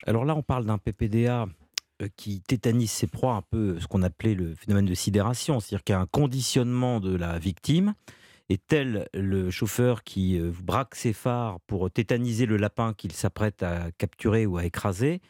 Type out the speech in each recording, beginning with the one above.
Alors là, on parle d'un PPDA qui tétanise ses proies, un peu ce qu'on appelait le phénomène de sidération, c'est-à-dire qu'il y a un conditionnement de la victime, et tel le chauffeur qui braque ses phares pour tétaniser le lapin qu'il s'apprête à capturer ou à écraser,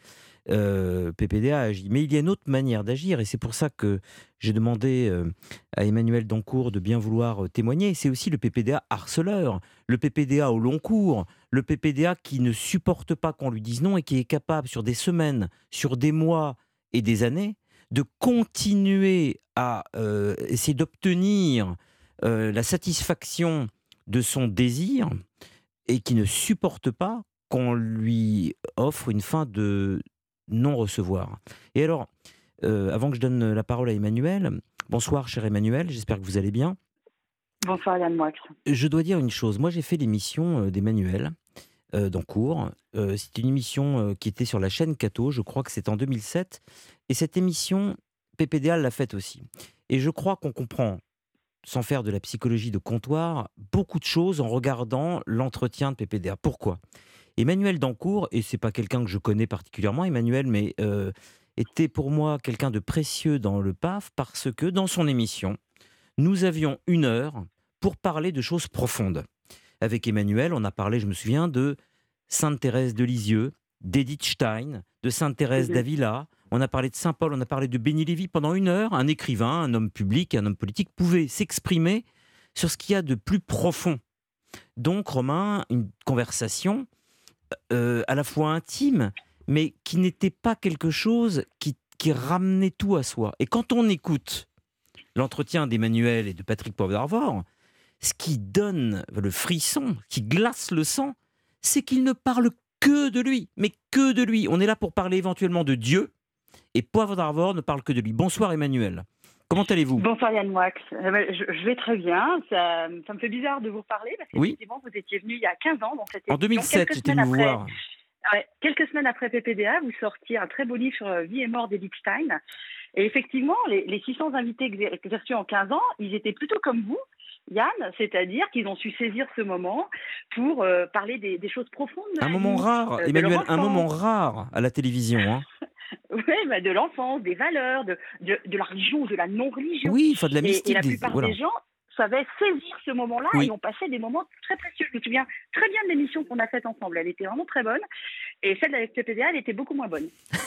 PPDA agit. Mais il y a une autre manière d'agir, et c'est pour ça que j'ai demandé à Emmanuel Dancourt de bien vouloir témoigner. C'est aussi le PPDA harceleur, le PPDA au long cours, le PPDA qui ne supporte pas qu'on lui dise non et qui est capable sur des semaines, sur des mois et des années de continuer à essayer d'obtenir la satisfaction de son désir et qui ne supporte pas qu'on lui offre une fin de non-recevoir. Et alors, avant que je donne la parole à Emmanuel, bonsoir cher Emmanuel, j'espère que vous allez bien. Bonsoir Yann Moix. Je dois dire une chose, moi j'ai fait l'émission d'Emmanuel Dancourt. C'est une émission qui était sur la chaîne Cato, je crois que c'est en 2007. Et cette émission, PPDA l'a faite aussi. Et je crois qu'on comprend, sans faire de la psychologie de comptoir, beaucoup de choses en regardant l'entretien de PPDA. Pourquoi ? Emmanuel Dancourt, et c'est pas quelqu'un que je connais particulièrement, Emmanuel, mais était pour moi quelqu'un de précieux dans le PAF parce que dans son émission, nous avions 1 heure pour parler de choses profondes. Avec Emmanuel, on a parlé, je me souviens, de Sainte Thérèse de Lisieux, d'Edith Stein, de Sainte Thérèse Mhm. d'Avila. On a parlé de Saint Paul, on a parlé de Béni Lévy. Pendant 1 heure, un écrivain, un homme public, un homme politique pouvait s'exprimer sur ce qu'il y a de plus profond. Donc, Romain, une conversation à la fois intime, mais qui n'était pas quelque chose qui ramenait tout à soi. Et quand on écoute l'entretien d'Emmanuel et de Patrick Poivre d'Arvor, ce qui donne le frisson, qui glace le sang, c'est qu'il ne parle que de lui, mais que de lui. On est là pour parler éventuellement de Dieu, et Poivre d'Arvor ne parle que de lui. Bonsoir Emmanuel. Comment allez-vous ? Bonsoir Yann Moix. Je vais très bien. Ça me fait bizarre de vous parler parce Oui. qu'effectivement, vous étiez venu il y a 15 ans dans cette En émission. 2007, j'étais venu vous voir. Ouais, quelques semaines après PPDA, vous sortiez un très beau livre sur Vie et mort d'Edith Stein. Et effectivement, les 600 invités que j'ai reçus en 15 ans, ils étaient plutôt comme vous, Yann, c'est-à-dire qu'ils ont su saisir ce moment pour parler des choses profondes de Un la moment vie, rare, de leur Emmanuel, un moment enfance. rare à la télévision, hein. Oui, bah de l'enfance, des valeurs, de la religion ou de la non-religion. Oui, enfin de la Et mystique, la plupart voilà. des gens savaient saisir ce moment-là et Oui. ont passé des moments très précieux. Je me souviens très bien de l'émission qu'on a faite ensemble. Elle était vraiment très bonne. Et celle avec PPDA, elle était beaucoup moins bonne.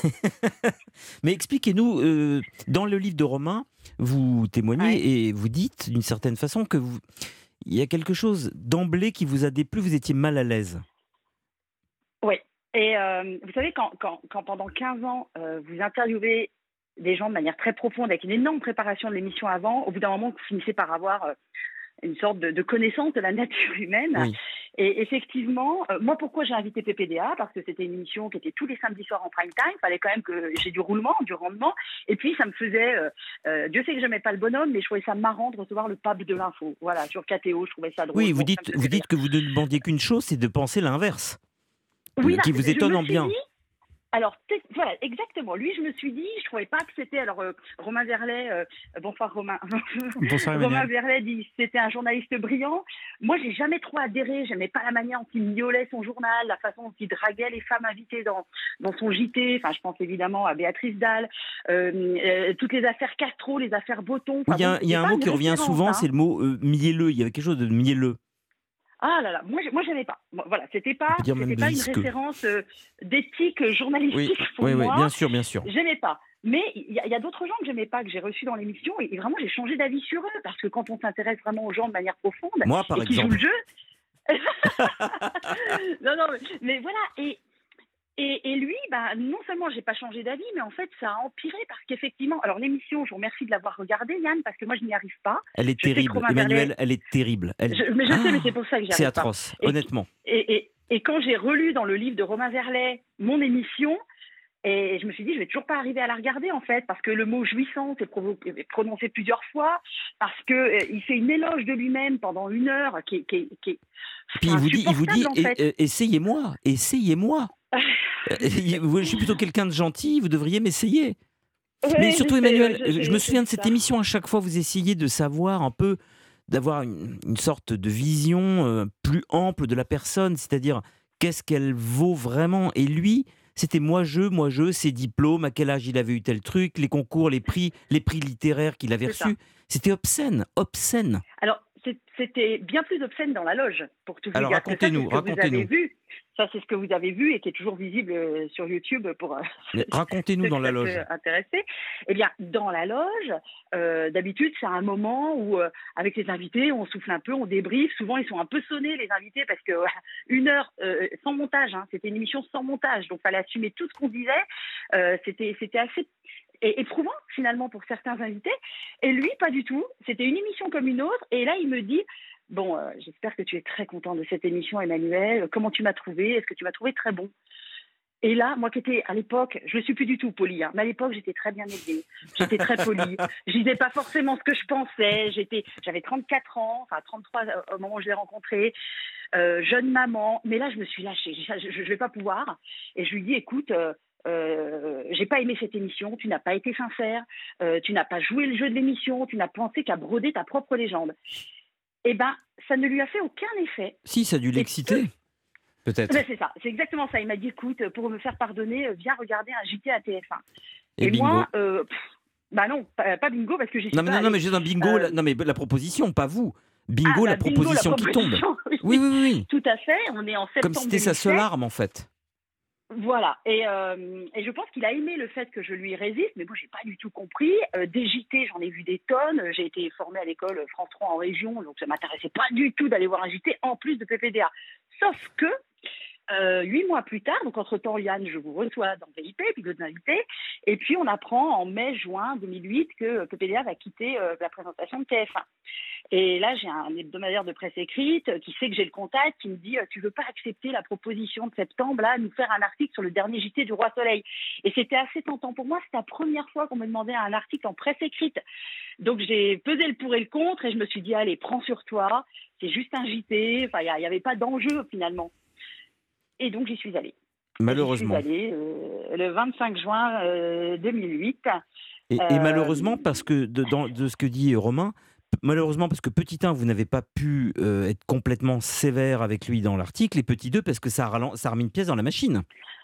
Mais expliquez-nous, dans le livre de Romain, vous Ouais. témoignez et vous dites d'une certaine façon que il y a quelque chose d'emblée qui vous a déplu, vous étiez mal à l'aise. Oui. Et vous savez, quand pendant 15 ans, vous interviewez des gens de manière très profonde, avec une énorme préparation de l'émission avant, au bout d'un moment, vous finissez par avoir une sorte de connaissance de la nature humaine. Oui. Et effectivement, moi, pourquoi j'ai invité PPDA? Parce que c'était une émission qui était tous les samedis soirs en prime time. Il fallait quand même que j'ai du roulement, du rendement. Et puis, ça me faisait... Dieu sait que j'aimais pas le bonhomme, mais je trouvais ça marrant de recevoir le pape de l'info. Voilà, sur KTO, je trouvais ça drôle. Oui, Bon, ça me vous faisait rire. dites que vous ne demandiez qu'une chose, c'est de penser l'inverse, Oui, là, qui vous je étonne me en suis bien. dit, alors, voilà, exactement. Lui, je me suis dit, je trouvais pas que c'était. Alors, Romain Verlet, bonsoir Romain. Bonsoir Romain Emmanuel. Verlet dit c'était un journaliste brillant. Moi, j'ai jamais trop adhéré. J'aimais pas la manière dont il miaulait son journal, la façon dont il draguait les femmes invitées dans son JT. Enfin, je pense évidemment à Béatrice Dalle, toutes les affaires Castro, les affaires Botton. Oui, Enfin bon, il y c'était a un pas mot une qui revient référence, souvent, hein. c'est le mot mielleux. Il y avait quelque chose de mielleux. Ah là là, moi j'aimais pas. Voilà, On peut dire même c'était pas une visqueux. référence d'éthique Oui, journalistique pour oui, oui, bien moi. sûr, bien sûr. J'aimais pas. Mais il y a d'autres gens que j'aimais pas, que j'ai reçus dans l'émission, et vraiment j'ai changé d'avis sur eux, parce que quand on s'intéresse vraiment aux gens de manière profonde Moi, par et qui jouent exemple. le jeu, non, non, mais voilà. Et lui, bah, non seulement j'ai pas changé d'avis, mais en fait ça a empiré parce qu'effectivement, alors l'émission, je vous remercie de l'avoir regardée, Yann, parce que moi je n'y arrive pas. Elle est Je sais que terrible. Romain Verlet, Emmanuel, elle est terrible. mais je sais, mais c'est pour ça que j'y C'est arrive pas. atroce, Et, honnêtement. et quand j'ai relu dans le livre de Romain Verlet mon émission, et je me suis dit, je vais toujours pas arriver à la regarder en fait, parce que le mot jouissance est prononcé plusieurs fois, parce que il fait une éloge de lui-même pendant 1 heure, Et puis c'est il vous dit insupportable en fait. essayez-moi, essayez-moi. Je suis plutôt quelqu'un de gentil, vous devriez m'essayer. Mais Ouais, surtout, je sais, ouais, Emmanuel, je me c'est souviens de cette bizarre. émission, à chaque fois, vous essayez de savoir un peu, d'avoir une sorte de vision plus ample de la personne, c'est-à-dire qu'est-ce qu'elle vaut vraiment. Et lui, C'était moi, je, ses diplômes, à quel âge il avait eu tel truc, les concours, les prix littéraires qu'il avait C'est ça. reçus. C'était obscène, obscène. Alors, c'était bien plus obscène dans la loge, pour tout vous Alors dire, que ça, c'est ce racontez-nous, que vous avez racontez-nous. vu. Ça, c'est ce que vous avez vu et qui est toujours visible sur YouTube pour Mais racontez-nous ceux que dans la ça peut loge. intéresser. Eh bien, dans la loge, d'habitude, c'est un moment où, avec les invités, on souffle un peu, on débriefe. Souvent, ils sont un peu sonnés, les invités, parce que 1 heure sans montage, hein, c'était une émission sans montage, donc il fallait assumer tout ce qu'on disait. C'était assez éprouvant finalement pour certains invités. Et lui, pas du tout. C'était une émission comme une autre. Et là, il me dit, bon, j'espère que tu es très content de cette émission, Emmanuel. Comment tu m'as trouvé? Est-ce que tu m'as trouvé très bon? Et là, moi qui étais à l'époque, je ne suis plus du tout polie, hein, mais à l'époque, j'étais très bien élevée. J'étais très polie. Je disais pas forcément ce que je pensais. J'avais 34 ans, enfin 33 au moment où je l'ai rencontré, jeune maman. Mais là, je me suis lâchée. Je ne vais pas pouvoir. Et je lui dis, écoute, j'ai pas aimé cette émission, tu n'as pas été sincère, tu n'as pas joué le jeu de l'émission, tu n'as pensé qu'à broder ta propre légende. Eh ben, ça ne lui a fait aucun effet. Si, ça a dû Et l'exciter, peut-être. ben, c'est ça, c'est exactement ça. Il m'a dit, écoute, pour me faire pardonner, viens regarder un JT à TF1. Et Et moi, bingo. bah non, pas bingo parce que j'y suis Non, mais pas non, allée. mais juste un bingo. Euh, Non, mais la proposition, pas vous. ah Bingo, la bah bingo, la proposition qui tombe. proposition, oui, Oui, oui, oui, oui. tout à fait. On est en Comme septembre c'était sa 2007. seule arme, en fait. Voilà, et je pense qu'il a aimé le fait que je lui résiste, mais moi j'ai pas du tout compris. Des JT, j'en ai vu des tonnes. J'ai été formée à l'école France 3 en région, donc ça m'intéressait pas du tout d'aller voir un JT en plus de PPDA. Sauf que 8 mois plus tard, donc entre-temps, Yann, je vous reçois dans VIP, puis d'autres invités, et puis on apprend en mai-juin 2008 que PPDA va quitter la présentation de TF1. Et là, j'ai un hebdomadaire de presse écrite qui sait que j'ai le contact, qui me dit tu veux pas accepter la proposition de septembre, là, nous faire un article sur le dernier JT du Roi Soleil. Et c'était assez tentant pour moi, c'était la première fois qu'on me demandait un article en presse écrite. Donc j'ai pesé le pour et le contre et je me suis dit allez, prends sur toi, c'est juste un JT, enfin, il n'y avait pas d'enjeu finalement. Et donc j'y suis allée. J'y suis Malheureusement. allée le 25 juin 2008. Et malheureusement, parce que de ce que dit Romain, malheureusement, parce que petit 1, vous n'avez pas pu être complètement sévère avec lui dans l'article, et petit 2, parce que ça a remis une pièce dans la machine.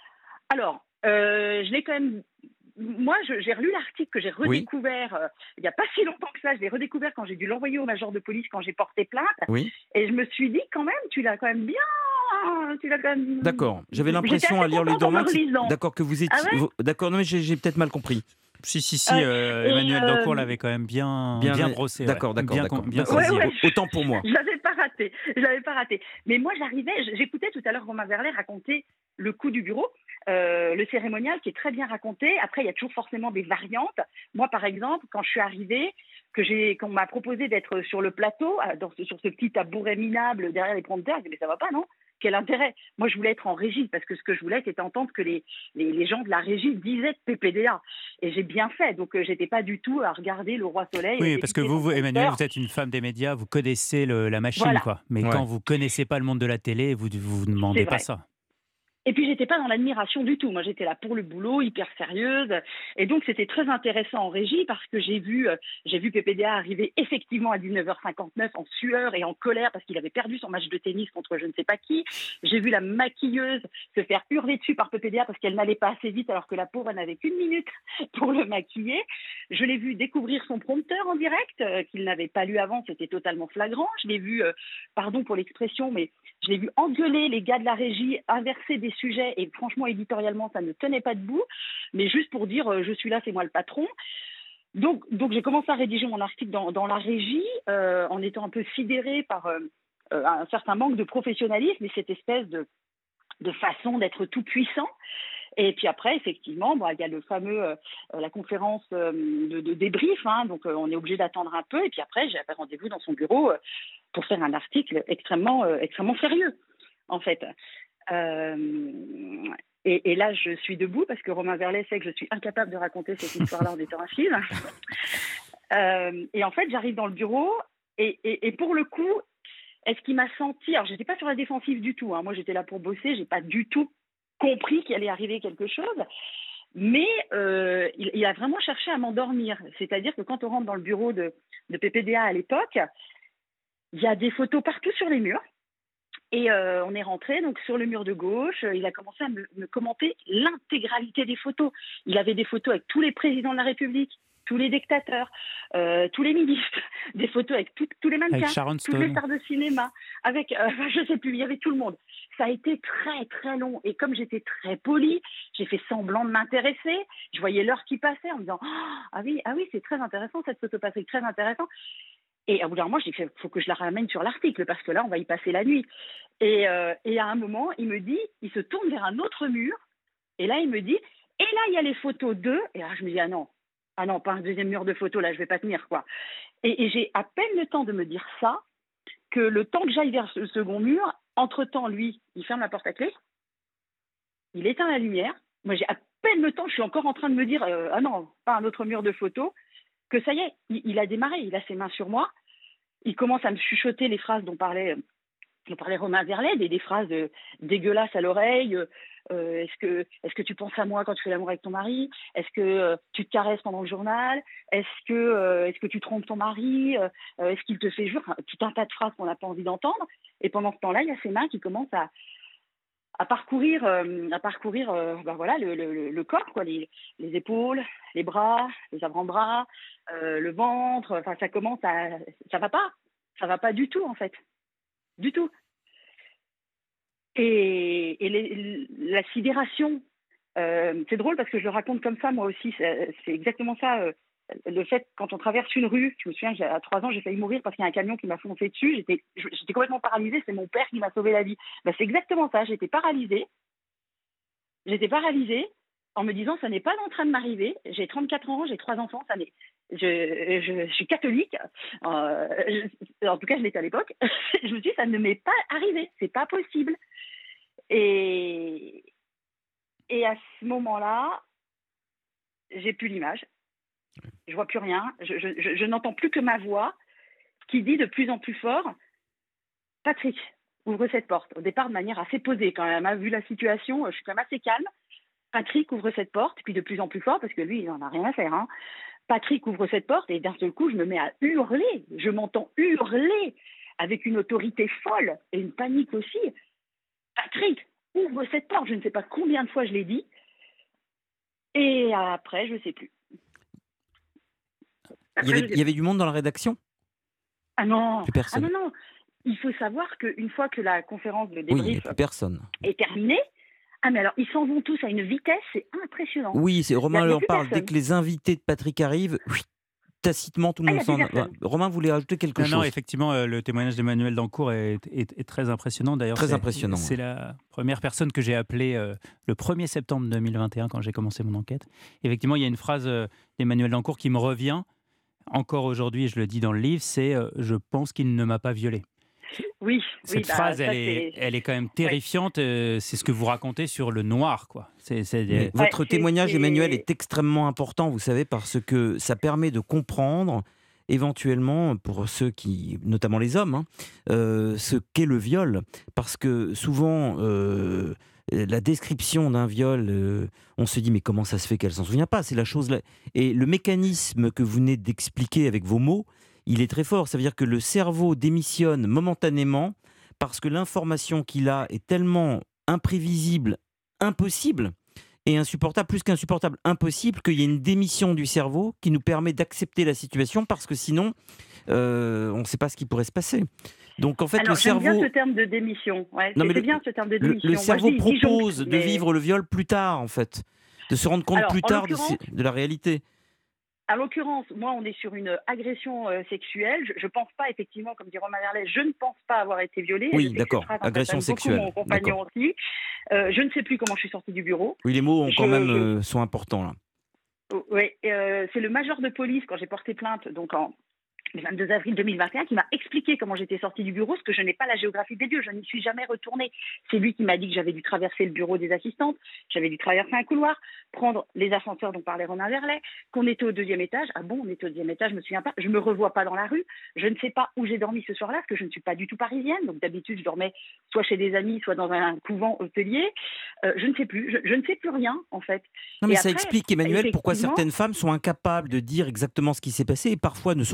Alors, je l'ai quand même. Moi, j'ai relu l'article que j'ai Oui, redécouvert il n'y a pas si longtemps que ça. Je l'ai redécouvert quand j'ai dû l'envoyer au major de police quand j'ai porté plainte. oui. Et je me suis dit, quand même, tu l'as quand même bien. Tu l'as quand même. D'accord. J'avais J'étais l'impression assez à lire le contente en me roman relisant. d'accord, que vous Ah étiez. ouais. D'accord, non, mais j'ai peut-être mal compris. Si, Et Emmanuel Dancourt l'avait quand même bien brossé. D'accord, Ouais. d'accord, d'accord. Bien D'accord. saisi. ouais, Autant pour moi. je l'avais pas raté. Je l'avais pas raté. Mais moi, j'écoutais tout à l'heure Romain Verlet raconter le coup du bureau, le cérémonial qui est très bien raconté. Après, il y a toujours forcément des variantes. Moi, par exemple, quand je suis arrivée, qu'on m'a proposé d'être sur le plateau, sur ce petit tabouret minable derrière les prompteurs, je dis mais ça va pas, non? Quel intérêt? Moi, je voulais être en régie parce que ce que je voulais, c'était entendre que les gens de la régie disaient PPDA. Et j'ai bien fait. Donc, j'étais pas du tout à regarder le Roi Soleil. Oui, parce que vous, Emmanuel, vous êtes une femme des médias, vous connaissez la machine, voilà. quoi. Mais Ouais. quand vous connaissez pas le monde de la télé, vous ne demandez pas ça. Et puis, j'étais pas dans l'admiration du tout. Moi, j'étais là pour le boulot, hyper sérieuse. Et donc, c'était très intéressant en régie parce que j'ai vu PPDA arriver effectivement à 19h59 en sueur et en colère parce qu'il avait perdu son match de tennis contre je ne sais pas qui. J'ai vu la maquilleuse se faire hurler dessus par PPDA parce qu'elle n'allait pas assez vite alors que la pauvre, elle n'avait qu'1 minute pour le maquiller. Je l'ai vu découvrir son prompteur en direct qu'il n'avait pas lu avant. C'était totalement flagrant. Je l'ai vu, pardon pour l'expression, mais je l'ai vu engueuler les gars de la régie, inverser des sujets et franchement, éditorialement, ça ne tenait pas debout. Mais juste pour dire, je suis là, c'est moi le patron. Donc j'ai commencé à rédiger mon article dans la régie en étant un peu sidérée par un certain manque de professionnalisme et cette espèce de façon d'être tout puissant. Et puis après, effectivement, il y a le fameux la conférence de débrief, hein, donc on est obligé d'attendre un peu. Et puis après, j'avais rendez-vous dans son bureau pour faire un article extrêmement sérieux, en fait. Et là, je suis debout parce que Romain Verlet sait que je suis incapable de raconter cette histoire-là en étant assise. Et en fait, j'arrive dans le bureau et pour le coup, est-ce qu'il m'a senti... Alors, je n'étais pas sur la défensive du tout. Hein. Moi, j'étais là pour bosser. Je n'ai pas du tout compris qu'il allait arriver quelque chose. Mais il a vraiment cherché à m'endormir. C'est-à-dire que quand on rentre dans le bureau de PPDA à l'époque, il y a des photos partout sur les murs. Et on est rentré donc sur le mur de gauche. Il a commencé à me commenter l'intégralité des photos. Il avait des photos avec tous les présidents de la République, tous les dictateurs, tous les ministres, des photos avec tous les mannequins, Avec Sharon toutes les Stone. stars de cinéma, avec, je sais plus, il y avait tout le monde. Ça a été très très long. Et comme j'étais très polie, j'ai fait semblant de m'intéresser. Je voyais l'heure qui passait en me disant ah oui, c'est très intéressant cette photo passée, très intéressant. Et au bout d'un moment, j'ai dit, il faut que je la ramène sur l'article, parce que là, on va y passer la nuit. Et à un moment, il se tourne vers un autre mur, et là, il me dit, et là, il y a les photos d'eux. Et là, je me dis, ah non, pas un deuxième mur de photos, là, je vais pas tenir, quoi. Et j'ai à peine le temps de me dire ça, que le temps que j'aille vers ce second mur, entre-temps, lui, il ferme la porte à clé, il éteint la lumière. Moi, j'ai à peine le temps, je suis encore en train de me dire, ah non, pas un autre mur de photos, que ça y est, il a démarré, il a ses mains sur moi. Il commence à me chuchoter les phrases dont parlait Romain Verlet, des phrases dégueulasses à l'oreille. Est-ce que tu penses à moi quand tu fais l'amour avec ton mari? Est-ce que tu te caresses pendant le journal? Est-ce que tu trompes ton mari? Est-ce qu'il te fait jurer? Enfin, tout un tas de phrases qu'on n'a pas envie d'entendre. Et pendant ce temps-là, il y a ses mains qui commencent à parcourir voilà, le corps, quoi, les épaules, les bras, les avant-bras, le ventre. Enfin, ça va pas du tout, en fait, du tout. Et la sidération, c'est drôle parce que je le raconte comme ça, moi aussi, c'est exactement ça. Le fait, quand on traverse une rue, je me souviens, à 3 ans, j'ai failli mourir parce qu'il y a un camion qui m'a foncé dessus. J'étais complètement paralysée. C'est mon père qui m'a sauvé la vie. Ben, c'est exactement ça. J'étais paralysée en me disant, ça n'est pas en train de m'arriver. J'ai 34 ans, j'ai 3 enfants. Je suis catholique. En tout cas, je l'étais à l'époque. Je me suis dit, ça ne m'est pas arrivé. C'est pas possible. Et à ce moment-là, j'ai plus l'image. Je vois plus rien. Je n'entends plus que ma voix qui dit de plus en plus fort, Patrick, ouvre cette porte. Au départ, de manière assez posée quand même. Vu la situation, je suis quand même assez calme. Patrick, ouvre cette porte. Puis de plus en plus fort, parce que lui, il n'en a rien à faire. Hein. Patrick, ouvre cette porte. Et d'un seul coup, je me mets à hurler. Je m'entends hurler avec une autorité folle et une panique aussi. Patrick, ouvre cette porte. Je ne sais pas combien de fois je l'ai dit. Et après, je ne sais plus. Il y avait du monde dans la rédaction? Ah non. Plus personne. Ah non. Il faut savoir qu'une fois que la conférence de Oui, il n'y débrief avait plus personne. est terminée, mais alors ils s'en vont tous à une vitesse, c'est impressionnant. Oui, Romain Il y a en plus parle. personne. Dès que les invités de Patrick arrivent, tacitement, tout le monde il y a plus s'en... personne. Romain voulait rajouter quelque chose. Non, effectivement, le témoignage d'Emmanuel Dancourt est très impressionnant. D'ailleurs, Très impressionnant. C'est la première personne que j'ai appelée le 1er septembre 2021, quand j'ai commencé mon enquête. Effectivement, il y a une phrase d'Emmanuel Dancourt qui me revient encore aujourd'hui, je le dis dans le livre, c'est « Je pense qu'il ne m'a pas violée ». Oui. Cette phrase, elle est quand même terrifiante. C'est ce que vous racontez sur le noir, quoi. Votre témoignage, Emmanuel, est extrêmement important, vous savez, parce que ça permet de comprendre, éventuellement, pour ceux qui, notamment les hommes, ce qu'est le viol. Parce que souvent, la description d'un viol, on se dit, mais comment ça se fait qu'elle s'en souvient pas? C'est la chose là. Et le mécanisme que vous venez d'expliquer avec vos mots, il est très fort. Ça veut dire que le cerveau démissionne momentanément parce que l'information qu'il a est tellement imprévisible, impossible et insupportable, plus qu'insupportable, impossible, qu'il y ait une démission du cerveau qui nous permet d'accepter la situation parce que sinon, on ne sait pas ce qui pourrait se passer. Donc en fait, alors, le cerveau... J'aime bien ce terme de démission. Ouais, c'est bien ce terme de démission. Le cerveau propose de mais... vivre le viol plus tard, en fait. De se rendre compte plus tard de la réalité. À l'occurrence, moi, on est sur une agression sexuelle. Je ne pense pas, effectivement, comme dit Romain Verlet, je ne pense pas avoir été violée. Oui, d'accord, agression sexuelle. Mon compagnon aussi. Je ne sais plus comment je suis sortie du bureau. Oui, les mots sont importants, là. Oui, c'est le major de police, quand j'ai porté plainte, donc le 22 avril 2021, qui m'a expliqué comment j'étais sortie du bureau, parce que je n'ai pas la géographie des lieux, je n'y suis jamais retournée. C'est lui qui m'a dit que j'avais dû traverser le bureau des assistantes, j'avais dû traverser un couloir, prendre les ascenseurs dont parlait Romain Verlet, qu'on était au 2e étage. Ah bon, on était au 2e étage, je me souviens pas, je me revois pas dans la rue, je ne sais pas où j'ai dormi ce soir-là, parce que je ne suis pas du tout parisienne, donc d'habitude je dormais soit chez des amis, soit dans un couvent hôtelier. Je ne sais plus, je ne sais plus rien en fait. Non mais ça explique, Emmanuel, pourquoi certaines femmes sont incapables de dire exactement ce qui s'est passé et parfois ne sont pas crues.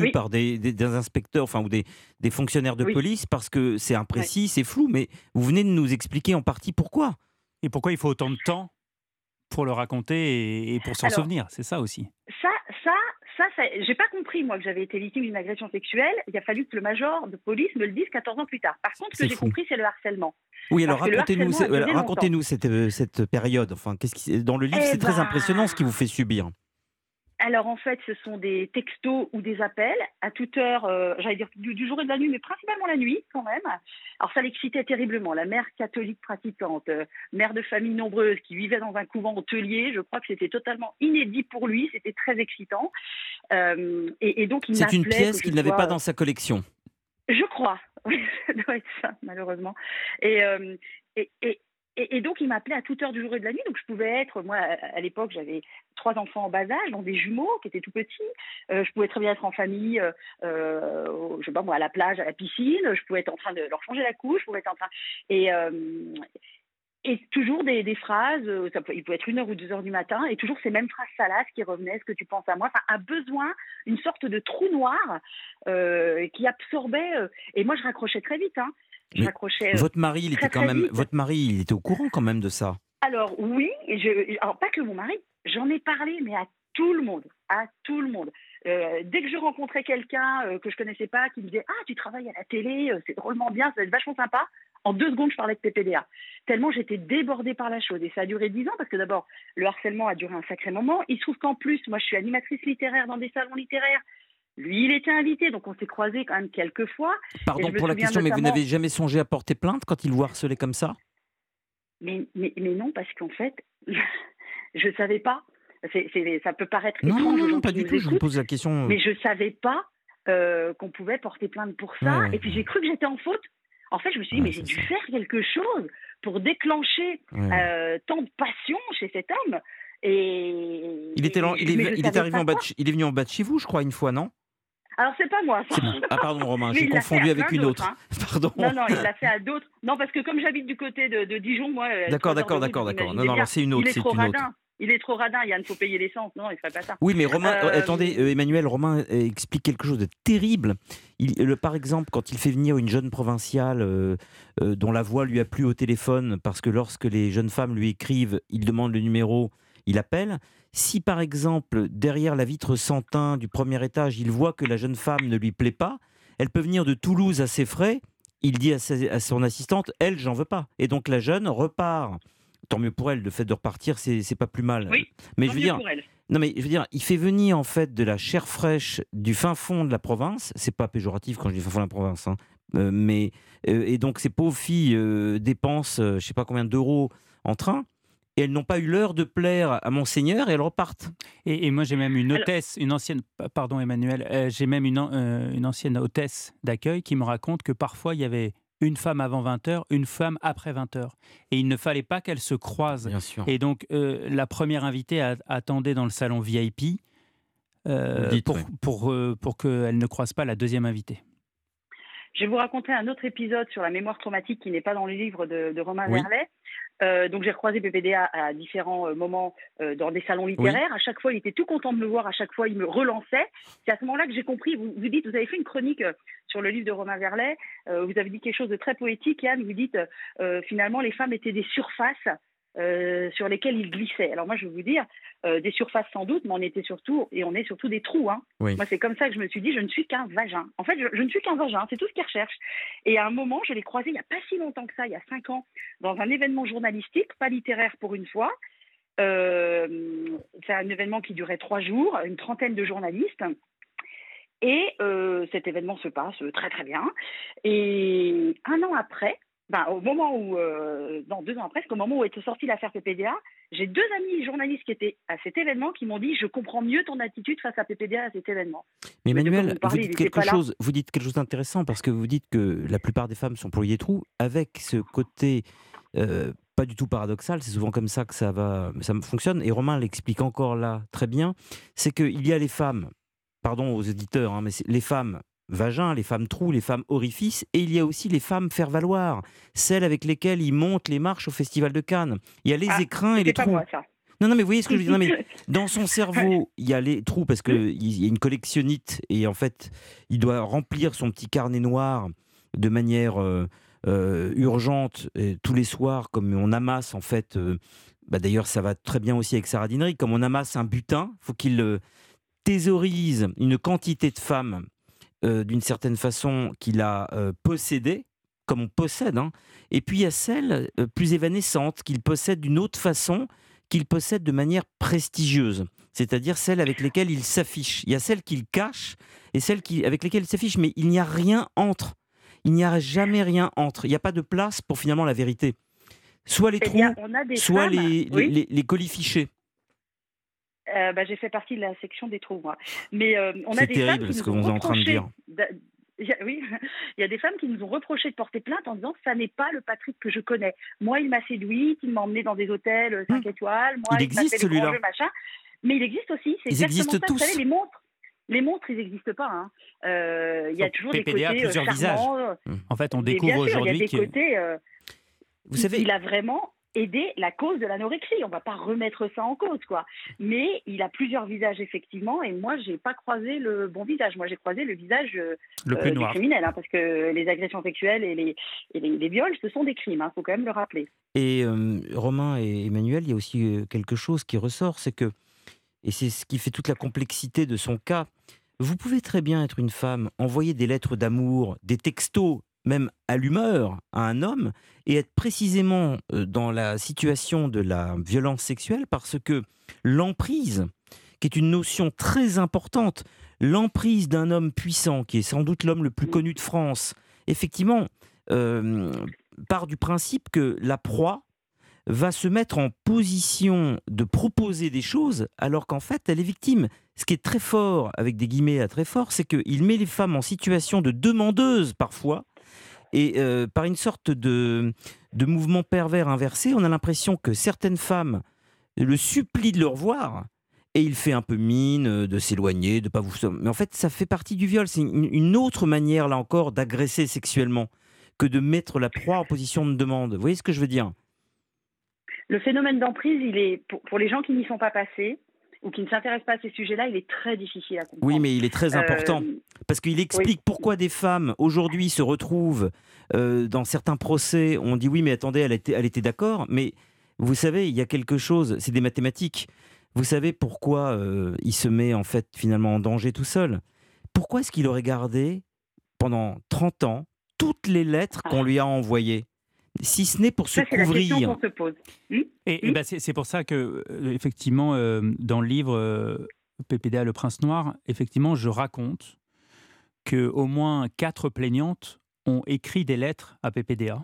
reçu par des inspecteurs, enfin, ou des fonctionnaires de Oui. police, parce que c'est Ouais. imprécis, c'est flou, mais vous venez de nous expliquer en partie pourquoi. Et pourquoi il faut autant de temps pour le raconter et pour s'en Alors, souvenir? C'est ça aussi. ça, ça, ça, j'ai pas compris, moi, que j'avais été victime d'une agression sexuelle. Il a fallu que le major de police me le dise 14 ans plus tard. Par contre, ce C'est que j'ai fou. compris, c'est le harcèlement. Oui, alors Parce que le racontez-nous, harcèlement a duré longtemps. racontez-nous cette période. Enfin, dans le livre, Eh c'est très impressionnant ce ben, qui vous fait subir. alors en fait, ce sont des textos ou des appels à toute heure, j'allais dire du jour et de la nuit, mais principalement la nuit quand même. Alors ça l'excitait terriblement. La mère catholique pratiquante, mère de famille nombreuse qui vivait dans un couvent hôtelier, je crois que c'était totalement inédit pour lui, c'était très excitant. Et donc il C'est une m'appelait pièce que je qu'il n'avait pas sois, dans sa collection. je crois, oui, ça doit être ça malheureusement. Et, euh, et, et, et donc il m'appelait à toute heure du jour et de la nuit, donc je pouvais être, moi à l'époque j'avais 3 enfants en bas âge, donc des jumeaux qui étaient tout petits. Je pouvais très bien être en famille, je sais pas moi, à la plage, à la piscine. Je pouvais être en train de leur changer la couche. Je pouvais être en train et euh, et toujours des phrases. Il pouvait être 1 heure ou 2 heures du matin et toujours ces mêmes phrases salaces qui revenaient. Est-ce que tu penses à moi? Enfin, un besoin, une sorte de trou noir qui absorbait. Et moi, je raccrochais très vite. Hein. Je Mais raccrochais votre mari, très très vite. votre mari, il était au courant quand même de ça. Alors oui, alors pas que mon mari, j'en ai parlé, mais à tout le monde. Dès que je rencontrais quelqu'un que je connaissais pas, qui me disait ah tu travailles à la télé, c'est drôlement bien, ça va être vachement sympa. En 2 secondes, je parlais de PPDA. Tellement j'étais débordée par la chose. Et ça a duré 10 ans parce que d'abord, le harcèlement a duré un sacré moment. Il se trouve qu'en plus, moi, je suis animatrice littéraire dans des salons littéraires. Lui, il était invité, donc on s'est croisés quand même quelques fois. Et Pardon je me pour la souviens question, mais vous notamment. n'avez jamais songé à porter plainte quand il vous harcelait comme ça? Mais non, parce qu'en fait, je ne savais pas. Ça peut paraître Non, étrange aux gens pas qui du nous tout. Je vous écoutent, pose la question. mais je ne savais pas qu'on pouvait porter plainte pour ça. Ouais, Et puis j'ai cru que j'étais en faute. En fait, je me suis dit, mais j'ai c'est dû ça. faire quelque chose pour déclencher Ouais. tant de passion chez cet homme. Et, Il était, mais je il est savais arrivé pas quoi. il est venu en bas de chez vous, je crois, une fois, non? Alors, c'est pas moi, ça. C'est bon. Ah pardon, Romain, Mais j'ai il l'a fait confondu à avec plein une d'autres. autre. Hein. Pardon. Non, il l'a fait à d'autres. Non, parce que comme j'habite du côté de Dijon, moi, D'accord. 3 heures de route, vous Non, imaginez non, bien, c'est une il autre, est c'est trop une autre. radin. Il est trop radin, Yann, faut payer l'essence. Non, il ferait pas ça. Oui, mais Romain, attendez, Euh, Emmanuel, Romain explique quelque chose de terrible. Par exemple, quand il fait venir une jeune provinciale dont la voix lui a plu au téléphone, parce que lorsque les jeunes femmes lui écrivent, il demande le numéro, il appelle. Si par exemple, derrière la vitre sans teint du premier étage, il voit que la jeune femme ne lui plaît pas, elle peut venir de Toulouse à ses frais. Il dit à son assistante, elle, j'en veux pas. Et donc la jeune repart. Tant mieux pour elle, le fait de repartir, c'est pas plus mal. Oui, Mais tant je veux mieux dire, pour elle. non mais je veux dire, il fait venir en fait de la chair fraîche du fin fond de la province. C'est pas péjoratif quand je dis fin fond de la province, hein. Et donc ces pauvres filles dépensent, je sais pas combien d'euros en train, et elles n'ont pas eu l'heure de plaire à Monseigneur et elles repartent. Et moi, j'ai même une Alors, hôtesse, une ancienne, pardon Emmanuel, j'ai même une ancienne hôtesse d'accueil qui me raconte que parfois il y avait une femme avant 20h, une femme après 20h. Et il ne fallait pas qu'elles se croisent. Bien sûr. Et donc, la première invitée attendait dans le salon VIP Vous dites, ouais. pour qu'elle ne croise pas la deuxième invitée. je vais vous raconter un autre épisode sur la mémoire traumatique qui n'est pas dans le livre de Romain Oui. Verlet. Donc j'ai recroisé PPDA à différents moments dans des salons littéraires. À chaque fois, il était tout content de me voir. À chaque fois, il me relançait. C'est à ce moment-là que j'ai compris. Vous dites, vous avez fait une chronique sur le livre de Romain Verlet. Vous avez dit quelque chose de très poétique, Yann. Vous dites finalement les femmes étaient des surfaces sur lesquelles il glissait. Alors moi, je vais vous dire, des surfaces sans doute, mais on est surtout des trous. Hein. Oui. Moi, c'est comme ça que je me suis dit, je ne suis qu'un vagin. En fait, je ne suis qu'un vagin, c'est tout ce qu'il recherche. Et à un moment, je l'ai croisé il n'y a pas si longtemps que ça, il y a 5 ans, dans un événement journalistique, pas littéraire pour une fois. C'est un événement qui durait 3 jours, une trentaine de journalistes. Et cet événement se passe très très bien. Et 1 an après, au moment où, 2 ans presque, au moment où était sortie l'affaire PPDA, j'ai 2 amis journalistes qui étaient à cet événement qui m'ont dit « Je comprends mieux ton attitude face à PPDA à cet événement ». Mais de quoi Emmanuel, vous parlez, vous il dites était pas là. vous dites quelque chose d'intéressant parce que vous dites que la plupart des femmes sont pour les trous avec ce côté pas du tout paradoxal. C'est souvent comme ça que ça fonctionne. Et Romain l'explique encore là très bien. C'est qu'il y a les femmes, pardon aux éditeurs, hein, mais c'est les femmes vagins, les femmes trous, les femmes orifices, et il y a aussi les femmes faire-valoir, celles avec lesquelles ils montent les marches au Festival de Cannes. Il y a les écrins et les C'était pas trous. moi, ça. Non, non, mais vous voyez ce que je veux dire. Non, mais dans son cerveau, il y a les trous parce qu'il y a une collectionnite et en fait, il doit remplir son petit carnet noir de manière urgente tous les soirs, comme on amasse en fait. D'ailleurs, ça va très bien aussi avec Sarah Dinnery. Comme on amasse un butin, il faut qu'il thésaurise une quantité de femmes d'une certaine façon qu'il a possédées, comme on possède. Hein. Et puis il y a celles plus évanescentes qu'il possède d'une autre façon, qu'il possède de manière prestigieuse, c'est-à-dire celles avec lesquelles il s'affiche. Il y a celles qu'il cache et celles avec lesquelles il s'affiche, mais il n'y a rien entre. Il n'y a jamais rien entre. Il n'y a pas de place pour finalement la vérité. Soit les trous, soit femmes, les colifichés. J'ai fait partie de la section des trous, moi. Mais on a C'est des terrible femmes ce qui que nous vous ont êtes en train de dire. Oui, il y a des femmes qui nous ont reproché de porter plainte en disant ça n'est pas le Patrick que je connais. Moi, il m'a séduite, il m'a emmené dans des hôtels 5 étoiles. Moi, il existe m'a fait celui-là. Jeux, machin. Mais il existe aussi. C'est Ils existent ça. tous. Vous savez, les montres, ils n'existent pas. Hein. Il y a toujours PPDA des côtés plusieurs charmants. visages. En fait, on découvre aujourd'hui que côtés, vous savez, il a vraiment aider la cause de l'anorexie. On ne va pas remettre ça en cause, quoi. Mais il a plusieurs visages, effectivement, et moi, je n'ai pas croisé le bon visage. Moi, j'ai croisé le visage le plus noir. du criminel, hein, parce que les agressions sexuelles et les viols, ce sont des crimes, il faut quand même le rappeler. Et Romain et Emmanuel, il y a aussi quelque chose qui ressort, c'est que, et c'est ce qui fait toute la complexité de son cas, vous pouvez très bien être une femme, envoyer des lettres d'amour, des textos, même à l'humeur, à un homme, et être précisément dans la situation de la violence sexuelle, parce que l'emprise, qui est une notion très importante, l'emprise d'un homme puissant, qui est sans doute l'homme le plus connu de France, effectivement, part du principe que la proie va se mettre en position de proposer des choses, alors qu'en fait, elle est victime. Ce qui est très fort, avec des guillemets à très fort, c'est qu'il met les femmes en situation de demandeuses, parfois, et par une sorte de mouvement pervers inversé, on a l'impression que certaines femmes le supplient de le revoir, et il fait un peu mine de s'éloigner, de pas vous... Mais en fait, ça fait partie du viol. C'est une autre manière, là encore, d'agresser sexuellement que de mettre la proie en position de demande. Vous voyez ce que je veux dire ? Le phénomène d'emprise, il est, pour les gens qui n'y sont pas passés, ou qui ne s'intéressent pas à ces sujets-là, il est très difficile à comprendre. Oui, mais il est très important, parce qu'il explique pourquoi des femmes, aujourd'hui, se retrouvent dans certains procès, on dit oui, mais attendez, elle était d'accord, mais vous savez, il y a quelque chose, c'est des mathématiques. Vous savez pourquoi il se met, en fait, finalement en danger tout seul ? Pourquoi est-ce qu'il aurait gardé, pendant 30 ans, toutes les lettres qu'on lui a envoyées ? Si ce n'est pour se couvrir. C'est la question qu'on se pose. C'est pour ça que, effectivement, dans le livre PPDA, le prince noir, effectivement, je raconte qu'au moins 4 plaignantes ont écrit des lettres à PPDA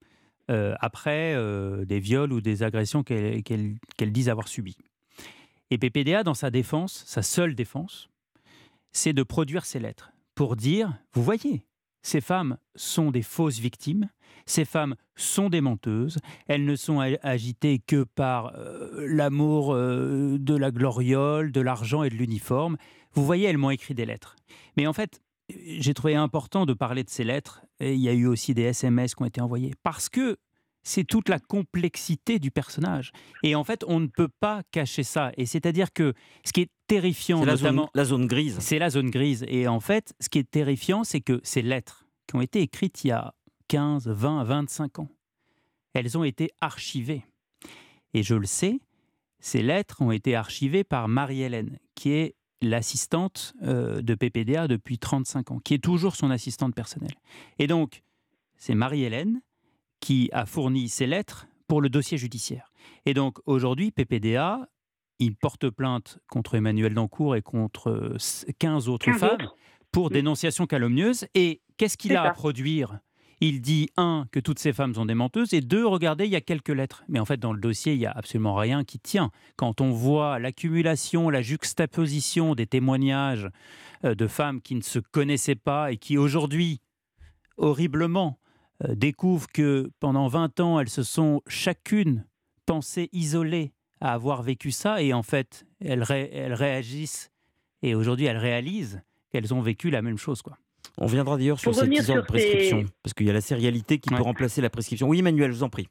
après des viols ou des agressions qu'elles disent avoir subies. Et PPDA, dans sa défense, sa seule défense, c'est de produire ces lettres pour dire, vous voyez, ces femmes sont des fausses victimes, ces femmes sont des menteuses, elles ne sont agitées que par l'amour de la gloriole, de l'argent et de l'uniforme. Vous voyez, elles m'ont écrit des lettres. Mais en fait, j'ai trouvé important de parler de ces lettres, et il y a eu aussi des SMS qui ont été envoyés, parce que c'est toute la complexité du personnage. Et en fait, on ne peut pas cacher ça. Et c'est-à-dire que ce qui est terrifiant, c'est notamment... la zone grise. C'est la zone grise. Et en fait, ce qui est terrifiant, c'est que ces lettres qui ont été écrites il y a 15, 20, 25 ans, elles ont été archivées. Et je le sais, ces lettres ont été archivées par Marie-Hélène, qui est l'assistante de PPDA depuis 35 ans, qui est toujours son assistante personnelle. Et donc, c'est Marie-Hélène qui a fourni ces lettres pour le dossier judiciaire. Et donc, aujourd'hui, PPDA, il porte plainte contre Emmanuel Dancourt et contre 15 autres femmes pour dénonciation calomnieuse. Et qu'est-ce qu'il a à produire ? Il dit, 1, que toutes ces femmes sont des menteuses, et 2, regardez, il y a quelques lettres. Mais en fait, dans le dossier, il n'y a absolument rien qui tient. Quand on voit l'accumulation, la juxtaposition des témoignages de femmes qui ne se connaissaient pas et qui aujourd'hui, horriblement, découvrent que pendant 20 ans, elles se sont chacune pensées isolées à avoir vécu ça, et en fait, elles réagissent, et aujourd'hui, elles réalisent qu'elles ont vécu la même chose, quoi. On viendra d'ailleurs sur cette histoire de prescription, parce qu'il y a la sérialité qui peut remplacer la prescription. Oui, Emmanuel, je vous en prie.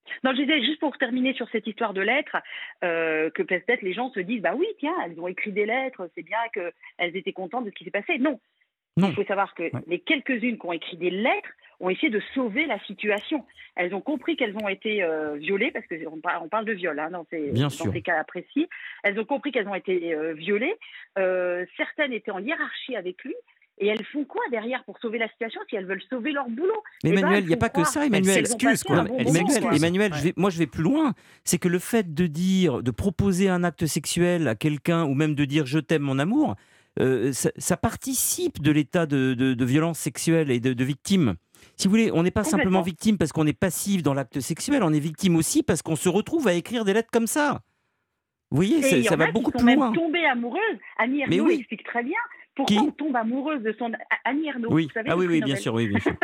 Non, je disais, juste pour terminer sur cette histoire de lettres, que peut-être les gens se disent, bah oui, tiens, elles ont écrit des lettres, c'est bien qu'elles étaient contentes de ce qui s'est passé. Non, Non. il faut savoir que les quelques-unes qui ont écrit des lettres ont essayé de sauver la situation. Elles ont compris qu'elles ont été violées, parce qu'on parle de viol dans ces cas précis. Elles ont compris qu'elles ont été violées. Certaines étaient en hiérarchie avec lui. Et elles font quoi derrière pour sauver la situation si elles veulent sauver leur boulot? Mais Emmanuel, il n'y a pas que ça, Emmanuel. Excuse, quoi. Emmanuel, moi je vais plus loin. C'est que le fait de proposer un acte sexuel à quelqu'un, ou même de dire je t'aime mon amour, ça participe de l'état de violence sexuelle et de victime. Si vous voulez, on n'est pas simplement victime parce qu'on est passif dans l'acte sexuel, on est victime aussi parce qu'on se retrouve à écrire des lettres comme ça. Vous voyez, ça va beaucoup plus loin. Il y en a qui sont même tombées amoureuses. Annie Ernaux explique très bien pourquoi on tombe amoureuse de son... Annie Ernaux, vous savez, oui, bien sûr.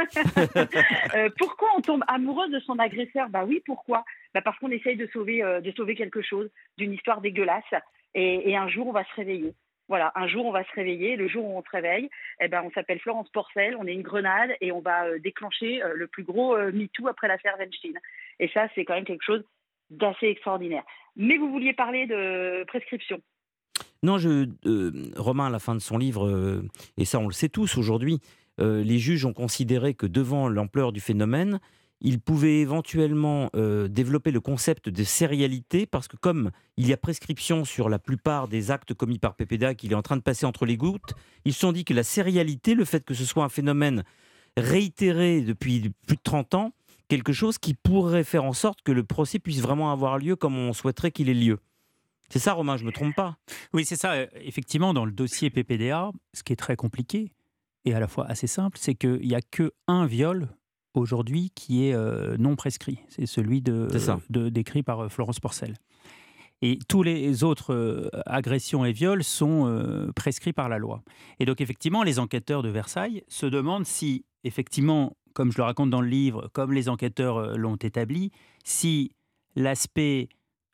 Pourquoi on tombe amoureuse de son agresseur? Bah oui, pourquoi? Parce qu'on essaye de sauver quelque chose d'une histoire dégueulasse. Et un jour, on va se réveiller. Voilà, un jour, on va se réveiller. Le jour où on se réveille, on s'appelle Florence Porcel, on est une grenade et on va déclencher le plus gros MeToo après l'affaire Weinstein. Et ça, c'est quand même quelque chose d'assez extraordinaire. Mais vous vouliez parler de prescription. Non, Romain, à la fin de son livre, et ça on le sait tous aujourd'hui, les juges ont considéré que devant l'ampleur du phénomène, ils pouvaient éventuellement développer le concept de sérialité, parce que comme il y a prescription sur la plupart des actes commis par PPDA qu'il est en train de passer entre les gouttes, ils se sont dit que la sérialité, le fait que ce soit un phénomène réitéré depuis plus de 30 ans, quelque chose qui pourrait faire en sorte que le procès puisse vraiment avoir lieu comme on souhaiterait qu'il ait lieu. C'est ça, Romain, je ne me trompe pas? Oui, c'est ça. Effectivement, dans le dossier PPDA, ce qui est très compliqué et à la fois assez simple, c'est qu'il n'y a qu'un viol aujourd'hui qui est non prescrit. C'est celui décrit par Florence Porcel. Et tous les autres agressions et viols sont prescrits par la loi. Et donc, effectivement, les enquêteurs de Versailles se demandent si, effectivement, comme je le raconte dans le livre, comme les enquêteurs l'ont établi, si l'aspect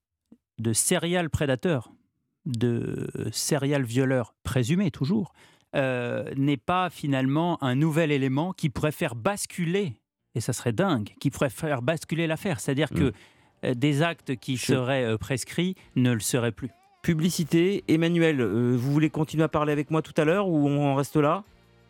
de serial prédateur, de serial violeur présumé toujours, n'est pas finalement un nouvel élément qui pourrait faire basculer, et ça serait dingue, qui pourrait faire basculer l'affaire. C'est-à-dire que des actes qui seraient prescrits ne le seraient plus. Publicité. Emmanuel, vous voulez continuer à parler avec moi tout à l'heure ou on reste là?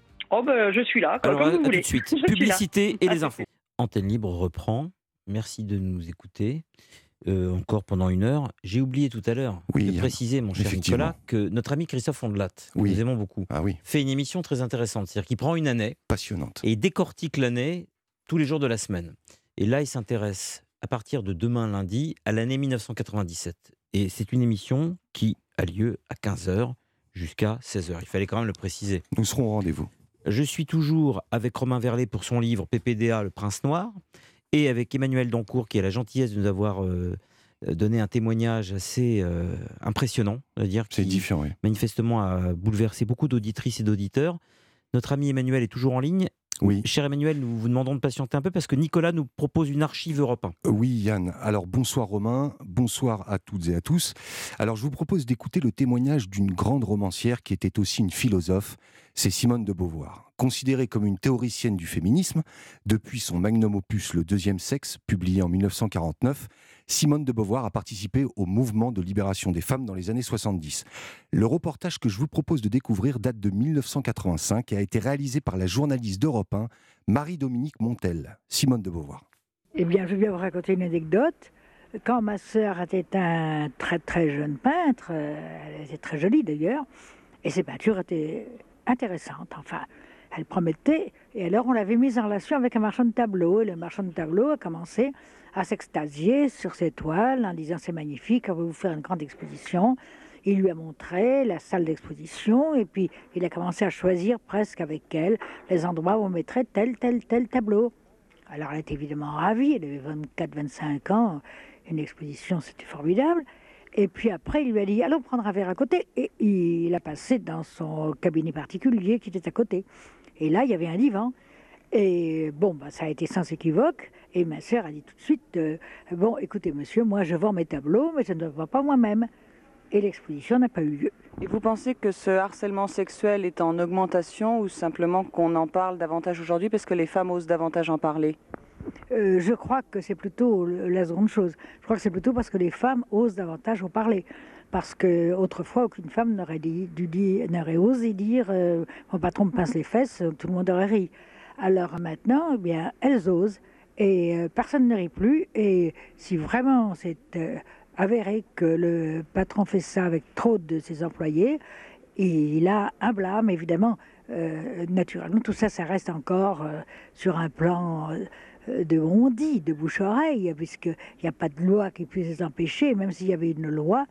Je suis là, Alors, comme vous tout voulez. De suite. Publicité et les infos. Antenne Libre reprend. Merci de nous écouter. Encore pendant 1 heure. J'ai oublié tout à l'heure de préciser, mon cher Nicolas, que notre ami Christophe Ondelat, que nous aimons beaucoup, fait une émission très intéressante. C'est-à-dire qu'il prend une année passionnante et il décortique l'année tous les jours de la semaine. Et là, il s'intéresse, à partir de demain lundi, à l'année 1997. Et c'est une émission qui a lieu à 15h jusqu'à 16h. Il fallait quand même le préciser. Nous serons au rendez-vous. Je suis toujours avec Romain Verlet pour son livre PPDA, Le Prince Noir, et avec Emmanuel Dancourt, qui a la gentillesse de nous avoir donné un témoignage assez impressionnant, c'est-à-dire c'est édifiant, oui. Manifestement a bouleversé beaucoup d'auditrices et d'auditeurs. Notre ami Emmanuel est toujours en ligne. Oui. Cher Emmanuel, nous vous demandons de patienter un peu parce que Nicolas nous propose une archive Europe 1. Oui, Yann. Alors, bonsoir Romain, bonsoir à toutes et à tous. Alors, je vous propose d'écouter le témoignage d'une grande romancière qui était aussi une philosophe, c'est Simone de Beauvoir. Considérée comme une théoricienne du féminisme, depuis son magnum opus Le Deuxième Sexe, publié en 1949, Simone de Beauvoir a participé au mouvement de libération des femmes dans les années 70. Le reportage que je vous propose de découvrir date de 1985 et a été réalisé par la journaliste d'Europe 1, Marie-Dominique Montel. Simone de Beauvoir. Eh bien, je vais vous raconter une anecdote. Quand ma sœur était un très très jeune peintre, elle était très jolie d'ailleurs, et ses peintures étaient intéressantes. Enfin, elle promettait, et alors on l'avait mise en relation avec un marchand de tableaux, et le marchand de tableaux a commencé à s'extasier sur ses toiles en disant c'est magnifique, on va vous faire une grande exposition. Il lui a montré la salle d'exposition et puis il a commencé à choisir presque avec elle les endroits où on mettrait tel tableau. Alors elle était évidemment ravie, elle avait 24-25 ans, une exposition c'était formidable. Et puis après il lui a dit allons prendre un verre à côté et il a passé dans son cabinet particulier qui était à côté. Et là il y avait un divan. Et bon, ça a été sans équivoque. Et ma sœur a dit tout de suite, bon, écoutez monsieur, moi je vends mes tableaux, mais je ne vends pas moi-même. Et l'exposition n'a pas eu lieu. Et vous pensez que ce harcèlement sexuel est en augmentation ou simplement qu'on en parle davantage aujourd'hui parce que les femmes osent davantage en parler? Je crois que c'est plutôt la seconde chose. Je crois que c'est plutôt parce que les femmes osent davantage en parler. Parce que autrefois, aucune femme n'aurait osé dire mon patron me pince les fesses, tout le monde aurait ri. Alors maintenant, eh bien, elles osent et personne ne rit plus. Et si vraiment c'est avéré que le patron fait ça avec trop de ses employés, il a un blâme, évidemment. Naturellement, tout ça, ça reste encore sur un plan de on-dit, de bouche-oreille, puisqu'il n'y a pas de loi qui puisse les empêcher. Même s'il y avait une loi,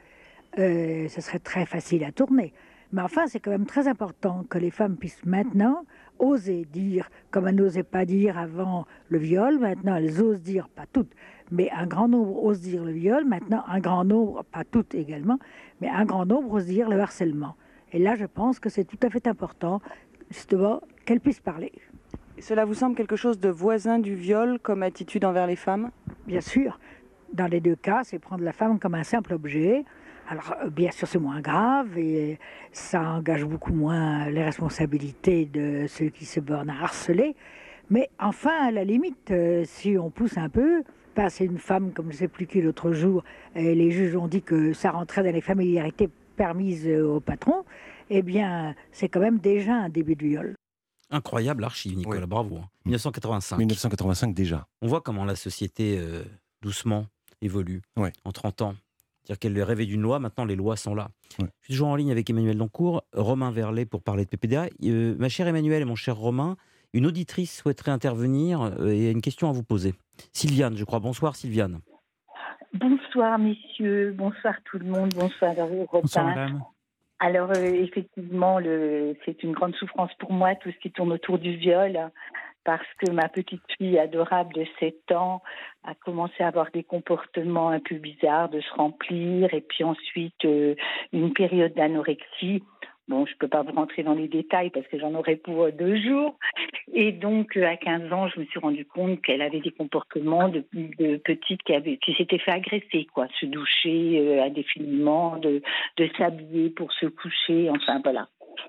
ce serait très facile à tourner. Mais enfin, c'est quand même très important que les femmes puissent maintenant oser dire, comme elles n'osaient pas dire avant le viol, maintenant elles osent dire, pas toutes, mais un grand nombre osent dire le viol, maintenant un grand nombre, pas toutes également, mais un grand nombre osent dire le harcèlement. Et là, je pense que c'est tout à fait important, justement, qu'elles puissent parler. Cela vous semble quelque chose de voisin du viol comme attitude envers les femmes? Bien sûr, dans les deux cas, c'est prendre la femme comme un simple objet. Alors, bien sûr, c'est moins grave et ça engage beaucoup moins les responsabilités de ceux qui se bornent à harceler. Mais enfin, à la limite, si on pousse un peu, c'est une femme, comme je ne sais plus qui l'autre jour, et les juges ont dit que ça rentrait dans les familiarités permises au patron, eh bien, c'est quand même déjà un début de viol. Incroyable archive, Nicolas, bravo. 1985. 1985 déjà. On voit comment la société, doucement, évolue en 30 ans. C'est-à-dire qu'elle rêvait d'une loi, maintenant les lois sont là. Je suis toujours en ligne avec Emmanuel Dancourt, Romain Verlet pour parler de PPDA. Ma chère Emmanuel et mon cher Romain, une auditrice souhaiterait intervenir et a une question à vous poser. Sylviane, je crois. Bonsoir Sylviane. Bonsoir messieurs, bonsoir tout le monde, bonsoir Robin. Bonsoir madame. Alors effectivement, c'est une grande souffrance pour moi tout ce qui tourne autour du viol, parce que ma petite fille adorable de 7 ans a commencé à avoir des comportements un peu bizarres, de se remplir, et puis ensuite une période d'anorexie. Bon, je ne peux pas vous rentrer dans les détails parce que j'en aurais pour 2 jours. Et donc, à 15 ans, je me suis rendu compte qu'elle avait des comportements de petite qui s'était fait agresser, quoi. Se doucher indéfiniment, de s'habiller pour se coucher, enfin voilà.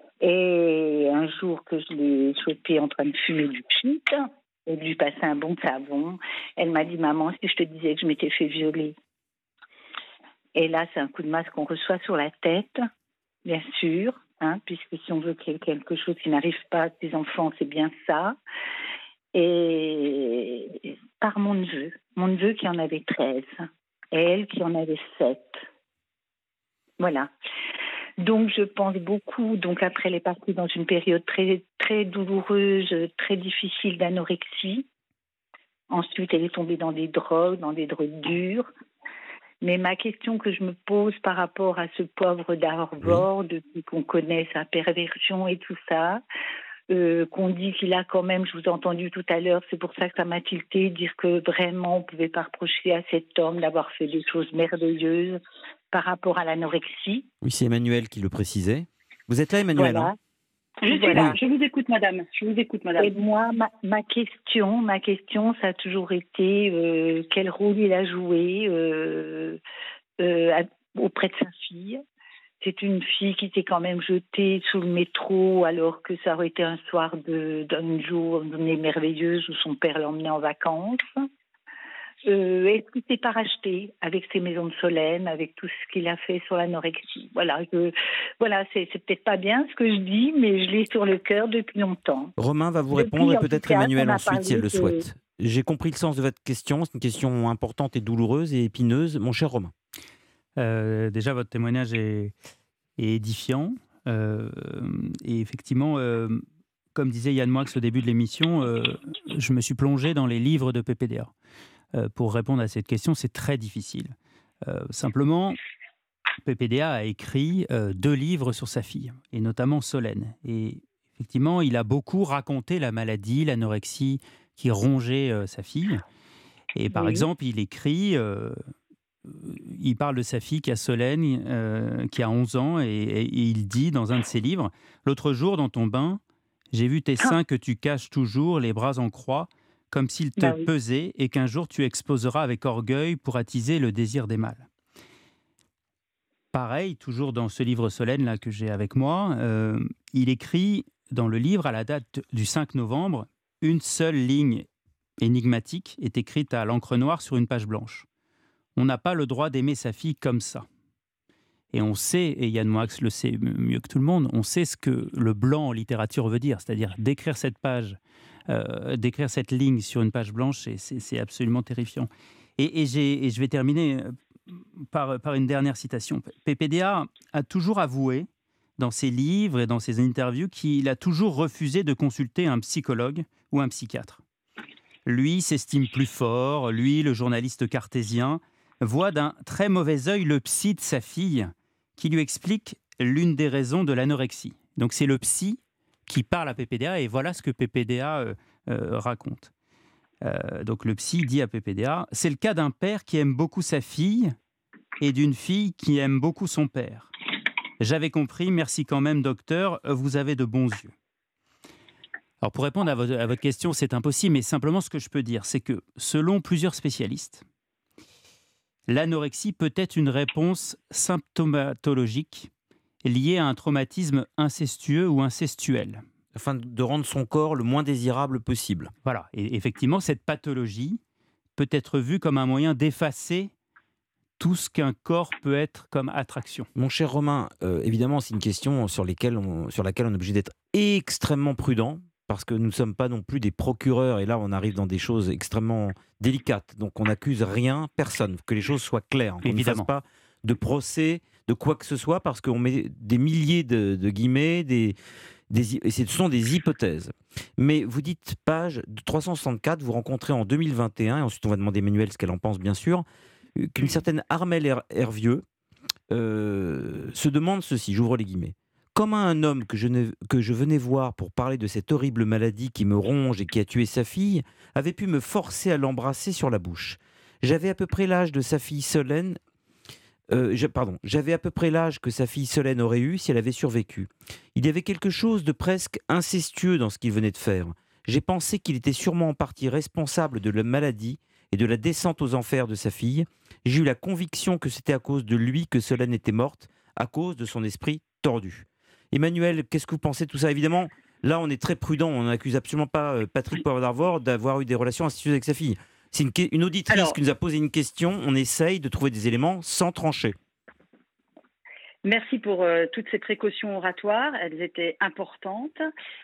Et un jour que je l'ai chopée en train de fumer du shit et de lui passer un bon savon, elle m'a dit « Maman, si je te disais que je m'étais fait violer ?» Et là, c'est un coup de masse qu'on reçoit sur la tête, bien sûr, puisque si on veut qu'il y ait quelque chose qui n'arrive pas à ses enfants, c'est bien ça. Et par mon neveu qui en avait 13, et elle qui en avait 7. Voilà. Donc, je pense beaucoup. Donc, après, elle est partie dans une période très, très douloureuse, très difficile d'anorexie. Ensuite, elle est tombée dans des drogues dures. Mais ma question que je me pose par rapport à ce pauvre Darvor, depuis qu'on connaît sa perversion et tout ça, qu'on dit qu'il a quand même, je vous ai entendu tout à l'heure, c'est pour ça que ça m'a tilté, dire que vraiment on ne pouvait pas reprocher à cet homme d'avoir fait des choses merveilleuses par rapport à l'anorexie. Oui, c'est Emmanuel qui le précisait. Vous êtes là, Emmanuel? Voilà. Je suis là, je vous écoute, madame. Et moi, ma question, ça a toujours été quel rôle il a joué auprès de sa fille. C'est une fille qui s'est quand même jetée sous le métro alors que ça aurait été un soir d'un journée merveilleuse où son père l'emmenait en vacances. Est-ce qu'il ne s'est pas racheté avec ses maisons de Solène, avec tout ce qu'il a fait sur l'anorexie? Voilà, c'est peut-être pas bien ce que je dis, mais je l'ai sur le cœur depuis longtemps. Romain va vous répondre et peut-être Emmanuel ensuite si elle le souhaite. J'ai compris le sens de votre question, c'est une question importante et douloureuse et épineuse. Mon cher Romain. Déjà, votre témoignage est édifiant. Et effectivement, comme disait Yann Moix au début de l'émission, je me suis plongé dans les livres de PPDA. Pour répondre à cette question, c'est très difficile. Simplement, PPDA a écrit 2 livres sur sa fille, et notamment Solène. Et effectivement, il a beaucoup raconté la maladie, l'anorexie qui rongeait sa fille. Et par exemple, il écrit, il parle de sa fille qui a Solène, qui a 11 ans, et il dit dans un de ses livres, « L'autre jour, dans ton bain, j'ai vu tes seins que tu caches toujours, les bras en croix, comme s'ils te pesaient et qu'un jour tu exposeras avec orgueil pour attiser le désir des mâles. » Pareil, toujours dans ce livre Solène là, que j'ai avec moi, il écrit dans le livre, à la date du 5 novembre, une seule ligne énigmatique est écrite à l'encre noire sur une page blanche. On n'a pas le droit d'aimer sa fille comme ça. Et on sait, et Yann Moix le sait mieux que tout le monde, on sait ce que le blanc en littérature veut dire, c'est-à-dire d'écrire cette page, d'écrire cette ligne sur une page blanche, c'est absolument terrifiant. Et je vais terminer par une dernière citation. PPDA a toujours avoué, dans ses livres et dans ses interviews, qu'il a toujours refusé de consulter un psychologue ou un psychiatre. Lui s'estime plus fort, lui, le journaliste cartésien, voit d'un très mauvais œil le psy de sa fille, qui lui explique l'une des raisons de l'anorexie. Donc c'est le psy qui parle à PPDA, et voilà ce que PPDA raconte. Donc le psy dit à PPDA, c'est le cas d'un père qui aime beaucoup sa fille et d'une fille qui aime beaucoup son père. J'avais compris, merci quand même docteur, vous avez de bons yeux. Alors pour répondre à votre question, c'est impossible, mais simplement ce que je peux dire, c'est que selon plusieurs spécialistes, l'anorexie peut être une réponse symptomatologique liée à un traumatisme incestueux ou incestuel. Afin de rendre son corps le moins désirable possible. Voilà, et effectivement, cette pathologie peut être vue comme un moyen d'effacer tout ce qu'un corps peut être comme attraction. Mon cher Romain, évidemment, c'est une question sur laquelle on est obligé d'être extrêmement prudent, parce que nous ne sommes pas non plus des procureurs, et là on arrive dans des choses extrêmement délicates. Donc on n'accuse rien, personne, que les choses soient claires. On ne fasse pas de procès de quoi que ce soit, parce qu'on met des milliers de guillemets, et ce sont des hypothèses. Mais vous dites page 364, vous rencontrez en 2021, et ensuite on va demander à Emmanuelle ce qu'elle en pense bien sûr, qu'une certaine Armelle Hervieux se demande ceci, j'ouvre les guillemets. Comment un homme que je venais voir pour parler de cette horrible maladie qui me ronge et qui a tué sa fille, avait pu me forcer à l'embrasser sur la bouche. J'avais à peu près l'âge de sa fille Solène. J'avais à peu près l'âge que sa fille Solène aurait eu si elle avait survécu. Il y avait quelque chose de presque incestueux dans ce qu'il venait de faire. J'ai pensé qu'il était sûrement en partie responsable de la maladie et de la descente aux enfers de sa fille. J'ai eu la conviction que c'était à cause de lui que Solène était morte, à cause de son esprit tordu. Emmanuelle, qu'est-ce que vous pensez de tout ça? Évidemment, là, on est très prudent. On n'accuse absolument pas Patrick Poivre d'Arvor d'avoir eu des relations incestueuses avec sa fille. C'est une auditrice qui nous a posé une question. On essaye de trouver des éléments sans trancher. Merci pour toutes ces précautions oratoires. Elles étaient importantes.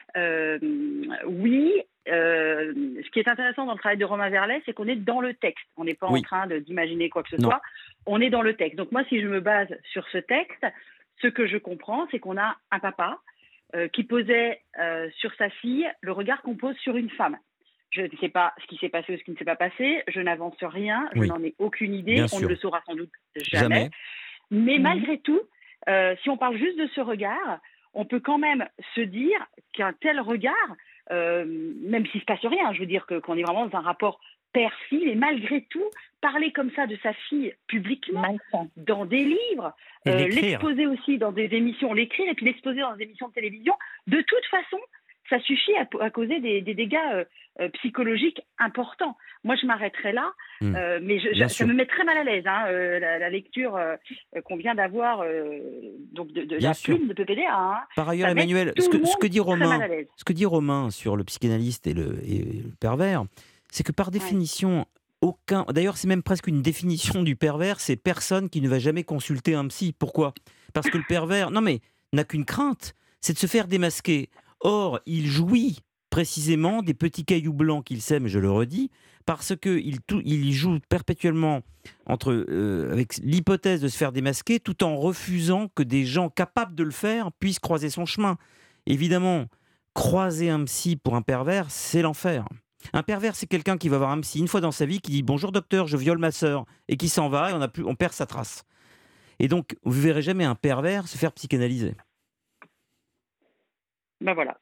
Oui, ce qui est intéressant dans le travail de Romain Verlet, c'est qu'on est dans le texte. On n'est pas en train d'imaginer quoi que ce soit. On est dans le texte. Donc moi, si je me base sur ce texte, ce que je comprends, c'est qu'on a un papa qui posait sur sa fille le regard qu'on pose sur une femme. Je ne sais pas ce qui s'est passé ou ce qui ne s'est pas passé. Je n'avance rien. Je n'en ai aucune idée. Bien on sûr. ne le saura sans doute jamais. Mais malgré tout, si on parle juste de ce regard, on peut quand même se dire qu'un tel regard, même s'il ne se passe rien, je veux dire qu'on est vraiment dans un rapport père-fille, et malgré tout, parler comme ça de sa fille publiquement, dans des livres, l'exposer aussi dans des émissions, l'écrire et puis l'exposer dans des émissions de télévision, de toute façon, ça suffit à causer des dégâts psychologiques importants. Moi, je m'arrêterai là, mais ça me met très mal à l'aise, la lecture qu'on vient d'avoir donc de la plume de PPDA. Hein. Par ailleurs, Emmanuelle, ce que dit Romain sur le psychanalyste et le pervers, c'est que par définition, d'ailleurs, c'est même presque une définition du pervers, c'est personne qui ne va jamais consulter un psy. Pourquoi? Parce que le pervers, n'a qu'une crainte, c'est de se faire démasquer. Or, il jouit précisément des petits cailloux blancs qu'il sème, je le redis, parce qu'il joue perpétuellement avec l'hypothèse de se faire démasquer, tout en refusant que des gens capables de le faire puissent croiser son chemin. Évidemment, croiser un psy pour un pervers, c'est l'enfer. Un pervers, c'est quelqu'un qui va voir un psy une fois dans sa vie, qui dit « Bonjour docteur, je viole ma sœur » et qui s'en va et on perd sa trace. Et donc, vous ne verrez jamais un pervers se faire psychanalyser. Ben voilà.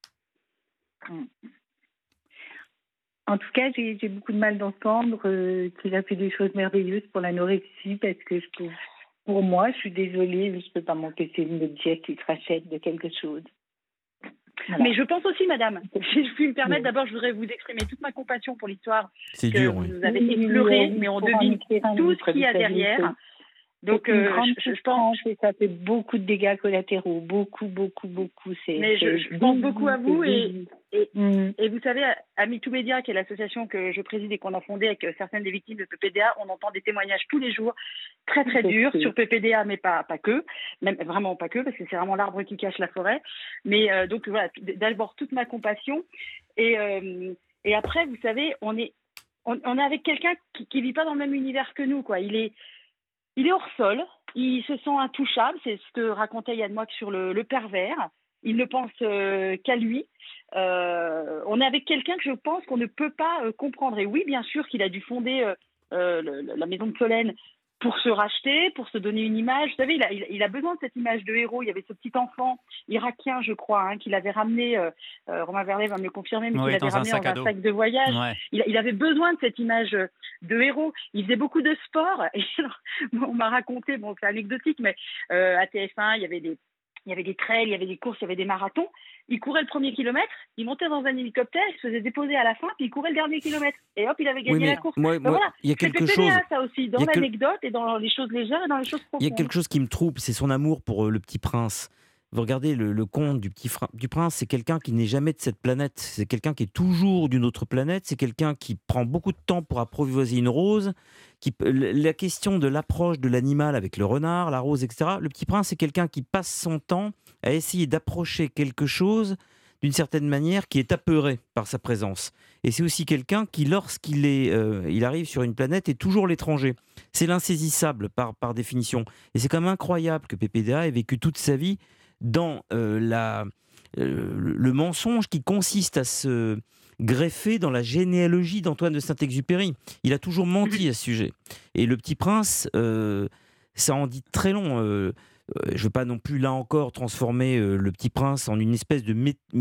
En tout cas, j'ai beaucoup de mal d'entendre qu'il a fait des choses merveilleuses pour l'anorexie, parce que pour moi, je suis désolée, je ne peux pas m'empêcher de me dire qu'il se rachète de quelque chose. Voilà. Mais je pense aussi, madame, si je puis me permettre, d'abord, je voudrais vous exprimer toute ma compassion pour l'histoire que vous avez effleurée, mais on devine tout ce qu'il y a derrière. Donc, C'est une grande je pense. souffrance et ça fait beaucoup de dégâts collatéraux. Beaucoup. Mais je pense beaucoup à vous et Mm. vous savez, à MeToo Média, qui est l'association que je préside et qu'on a fondée avec certaines des victimes de PPDA, on entend des témoignages tous les jours très durs sur PPDA, mais pas que, même vraiment pas que, parce que c'est vraiment l'arbre qui cache la forêt. Mais donc voilà, d'abord toute ma compassion et après, vous savez, on est avec quelqu'un qui vit pas dans le même univers que nous, quoi. Il est hors sol, il se sent intouchable, c'est ce que racontait Yann Moix sur le pervers. Il ne pense qu'à lui. On est avec quelqu'un que je pense qu'on ne peut pas comprendre. Et oui, bien sûr qu'il a dû fonder la maison de Solène pour se racheter, pour se donner une image. Vous savez, il a besoin de cette image de héros. Il y avait ce petit enfant irakien, je crois, qu'il avait ramené, Romain Verlet va me le confirmer, mais qu'il avait ramené dans un sac de voyage. Ouais. Il avait besoin de cette image de héros. Il faisait beaucoup de sport. Et alors, on m'a raconté, bon, c'est anecdotique, mais à TF1, il y avait des trails, il y avait des courses, il y avait des marathons. Il courait le premier kilomètre, il montait dans un hélicoptère, il se faisait déposer à la fin, puis il courait le dernier kilomètre. Et hop, il avait gagné la course. Voilà, il y a quelque chose. Ça aussi, dans l'anecdote et dans les choses légères et dans les choses profondes. Il y a quelque chose qui me trouble, c'est son amour pour le Petit Prince. Vous regardez le conte du Prince, c'est quelqu'un qui n'est jamais de cette planète. C'est quelqu'un qui est toujours d'une autre planète. C'est quelqu'un qui prend beaucoup de temps pour apprivoiser une rose. La question de l'approche de l'animal avec le renard, la rose, etc. Le Petit Prince, c'est quelqu'un qui passe son temps à essayer d'approcher quelque chose d'une certaine manière qui est apeuré par sa présence. Et c'est aussi quelqu'un qui, lorsqu'il il arrive sur une planète, est toujours l'étranger. C'est l'insaisissable par définition. Et c'est quand même incroyable que PPDA ait vécu toute sa vie dans le mensonge qui consiste à se greffer dans la généalogie d'Antoine de Saint-Exupéry. Il a toujours menti à ce sujet. Et le Petit Prince, ça en dit très long. Je ne veux pas non plus, là encore, transformer le Petit Prince en une espèce de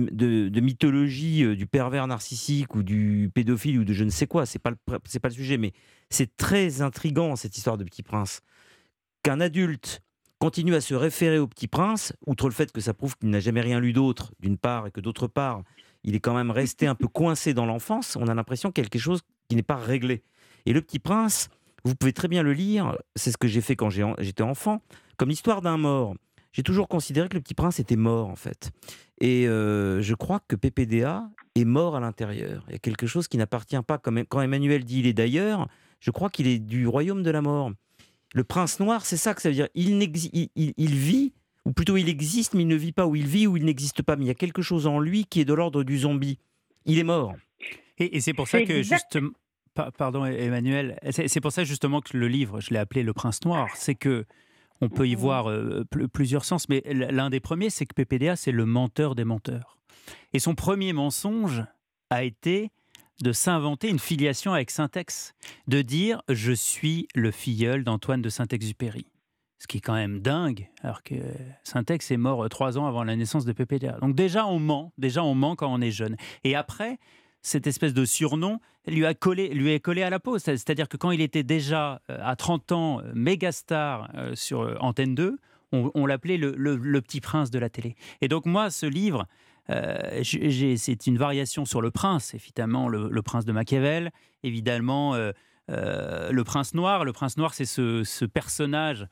mythologie du pervers narcissique ou du pédophile ou de je ne sais quoi. C'est pas le sujet, mais c'est très intriguant, cette histoire de Petit Prince. Qu'un adulte continue à se référer au Petit Prince, outre le fait que ça prouve qu'il n'a jamais rien lu d'autre, d'une part, et que d'autre part, il est quand même resté un peu coincé dans l'enfance, on a l'impression qu'il y a quelque chose qui n'est pas réglé. Et le Petit Prince, vous pouvez très bien le lire, c'est ce que j'ai fait quand j'étais enfant, comme l'histoire d'un mort. J'ai toujours considéré que le Petit Prince était mort, en fait. Et je crois que PPDA est mort à l'intérieur. Il y a quelque chose qui n'appartient pas, quand Emmanuel dit « il est d'ailleurs », je crois qu'il est du royaume de la mort. Le prince noir, c'est ça que ça veut dire. Il vit, ou plutôt il existe, mais il ne vit pas, ou il vit, ou il n'existe pas. Mais il y a quelque chose en lui qui est de l'ordre du zombie. Il est mort. Et c'est pour ça que, justement... Pardon Emmanuel, c'est pour ça justement que le livre, je l'ai appelé Le Prince Noir, c'est que on peut y voir plusieurs sens, mais l'un des premiers, c'est que PPDA, c'est le menteur des menteurs. Et son premier mensonge a été de s'inventer une filiation avec Saint-Ex, de dire « je suis le filleul d'Antoine de Saint-Exupéry ». Ce qui est quand même dingue, alors que Saint-Ex est mort 3 ans avant la naissance de PPDA. Donc déjà on ment quand on est jeune. Et après, cette espèce de surnom lui est collé à la peau. C'est-à-dire que quand il était déjà à 30 ans méga star sur Antenne 2, on l'appelait le Petit Prince de la télé. Et donc moi, ce livre... c'est une variation sur le prince, évidemment le prince de Machiavel, évidemment le prince noir. Le prince noir, c'est ce personnage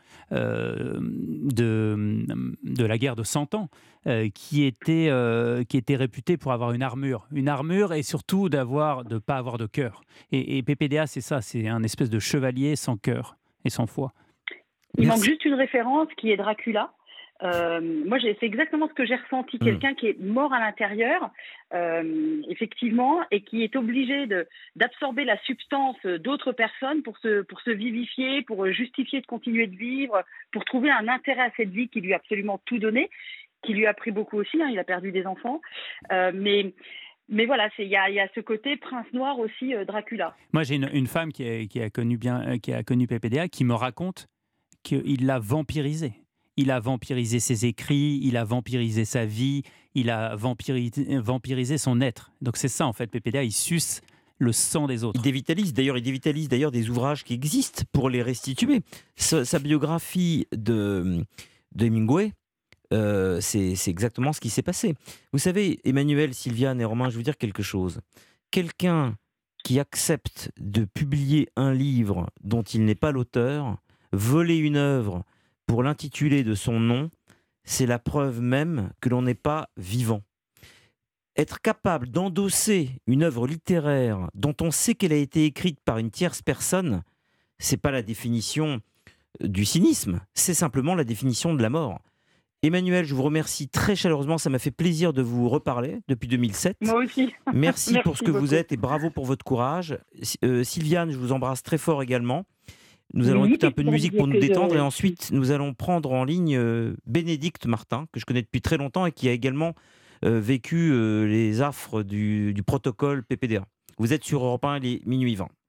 de la guerre de 100 ans qui était réputé pour avoir une armure et surtout de pas avoir de cœur. Et PPDA, c'est ça, c'est un espèce de chevalier sans cœur et sans foi. Il manque juste une référence qui est Dracula. Moi, c'est exactement ce que j'ai ressenti. Quelqu'un qui est mort à l'intérieur, effectivement, et qui est obligé d'absorber la substance d'autres personnes pour se vivifier, pour justifier de continuer de vivre, pour trouver un intérêt à cette vie qui lui a absolument tout donné, qui lui a pris beaucoup aussi. Il a perdu des enfants. Mais voilà, il y a ce côté prince noir aussi, Dracula. Moi, j'ai une femme qui a connu PPDA qui me raconte qu'il l'a vampirisé. Il a vampirisé ses écrits, il a vampirisé sa vie, il a vampirisé son être. Donc c'est ça en fait, PPDA, il suce le sang des autres. Il dévitalise d'ailleurs des ouvrages qui existent pour les restituer. Sa biographie de Hemingway, c'est exactement ce qui s'est passé. Vous savez, Emmanuel, Sylviane et Romain, je vais vous dire quelque chose. Quelqu'un qui accepte de publier un livre dont il n'est pas l'auteur Voler une œuvre pour l'intituler de son nom, c'est la preuve même que l'on n'est pas vivant. Être capable d'endosser une œuvre littéraire dont on sait qu'elle a été écrite par une tierce personne, c'est pas la définition du cynisme, c'est simplement la définition de la mort. Emmanuel, je vous remercie très chaleureusement, ça m'a fait plaisir de vous reparler depuis 2007. Moi aussi. Merci pour ce que beaucoup. vous êtes et bravo pour votre courage. Sylviane, je vous embrasse très fort également. Nous allons Oui, écouter un peu de musique pour nous c'est-à-dire que détendre et ensuite nous allons prendre en ligne Bénédicte Martin, que je connais depuis très longtemps et qui a également vécu les affres du protocole PPDA. Vous êtes sur Europe 1, il est minuit 20.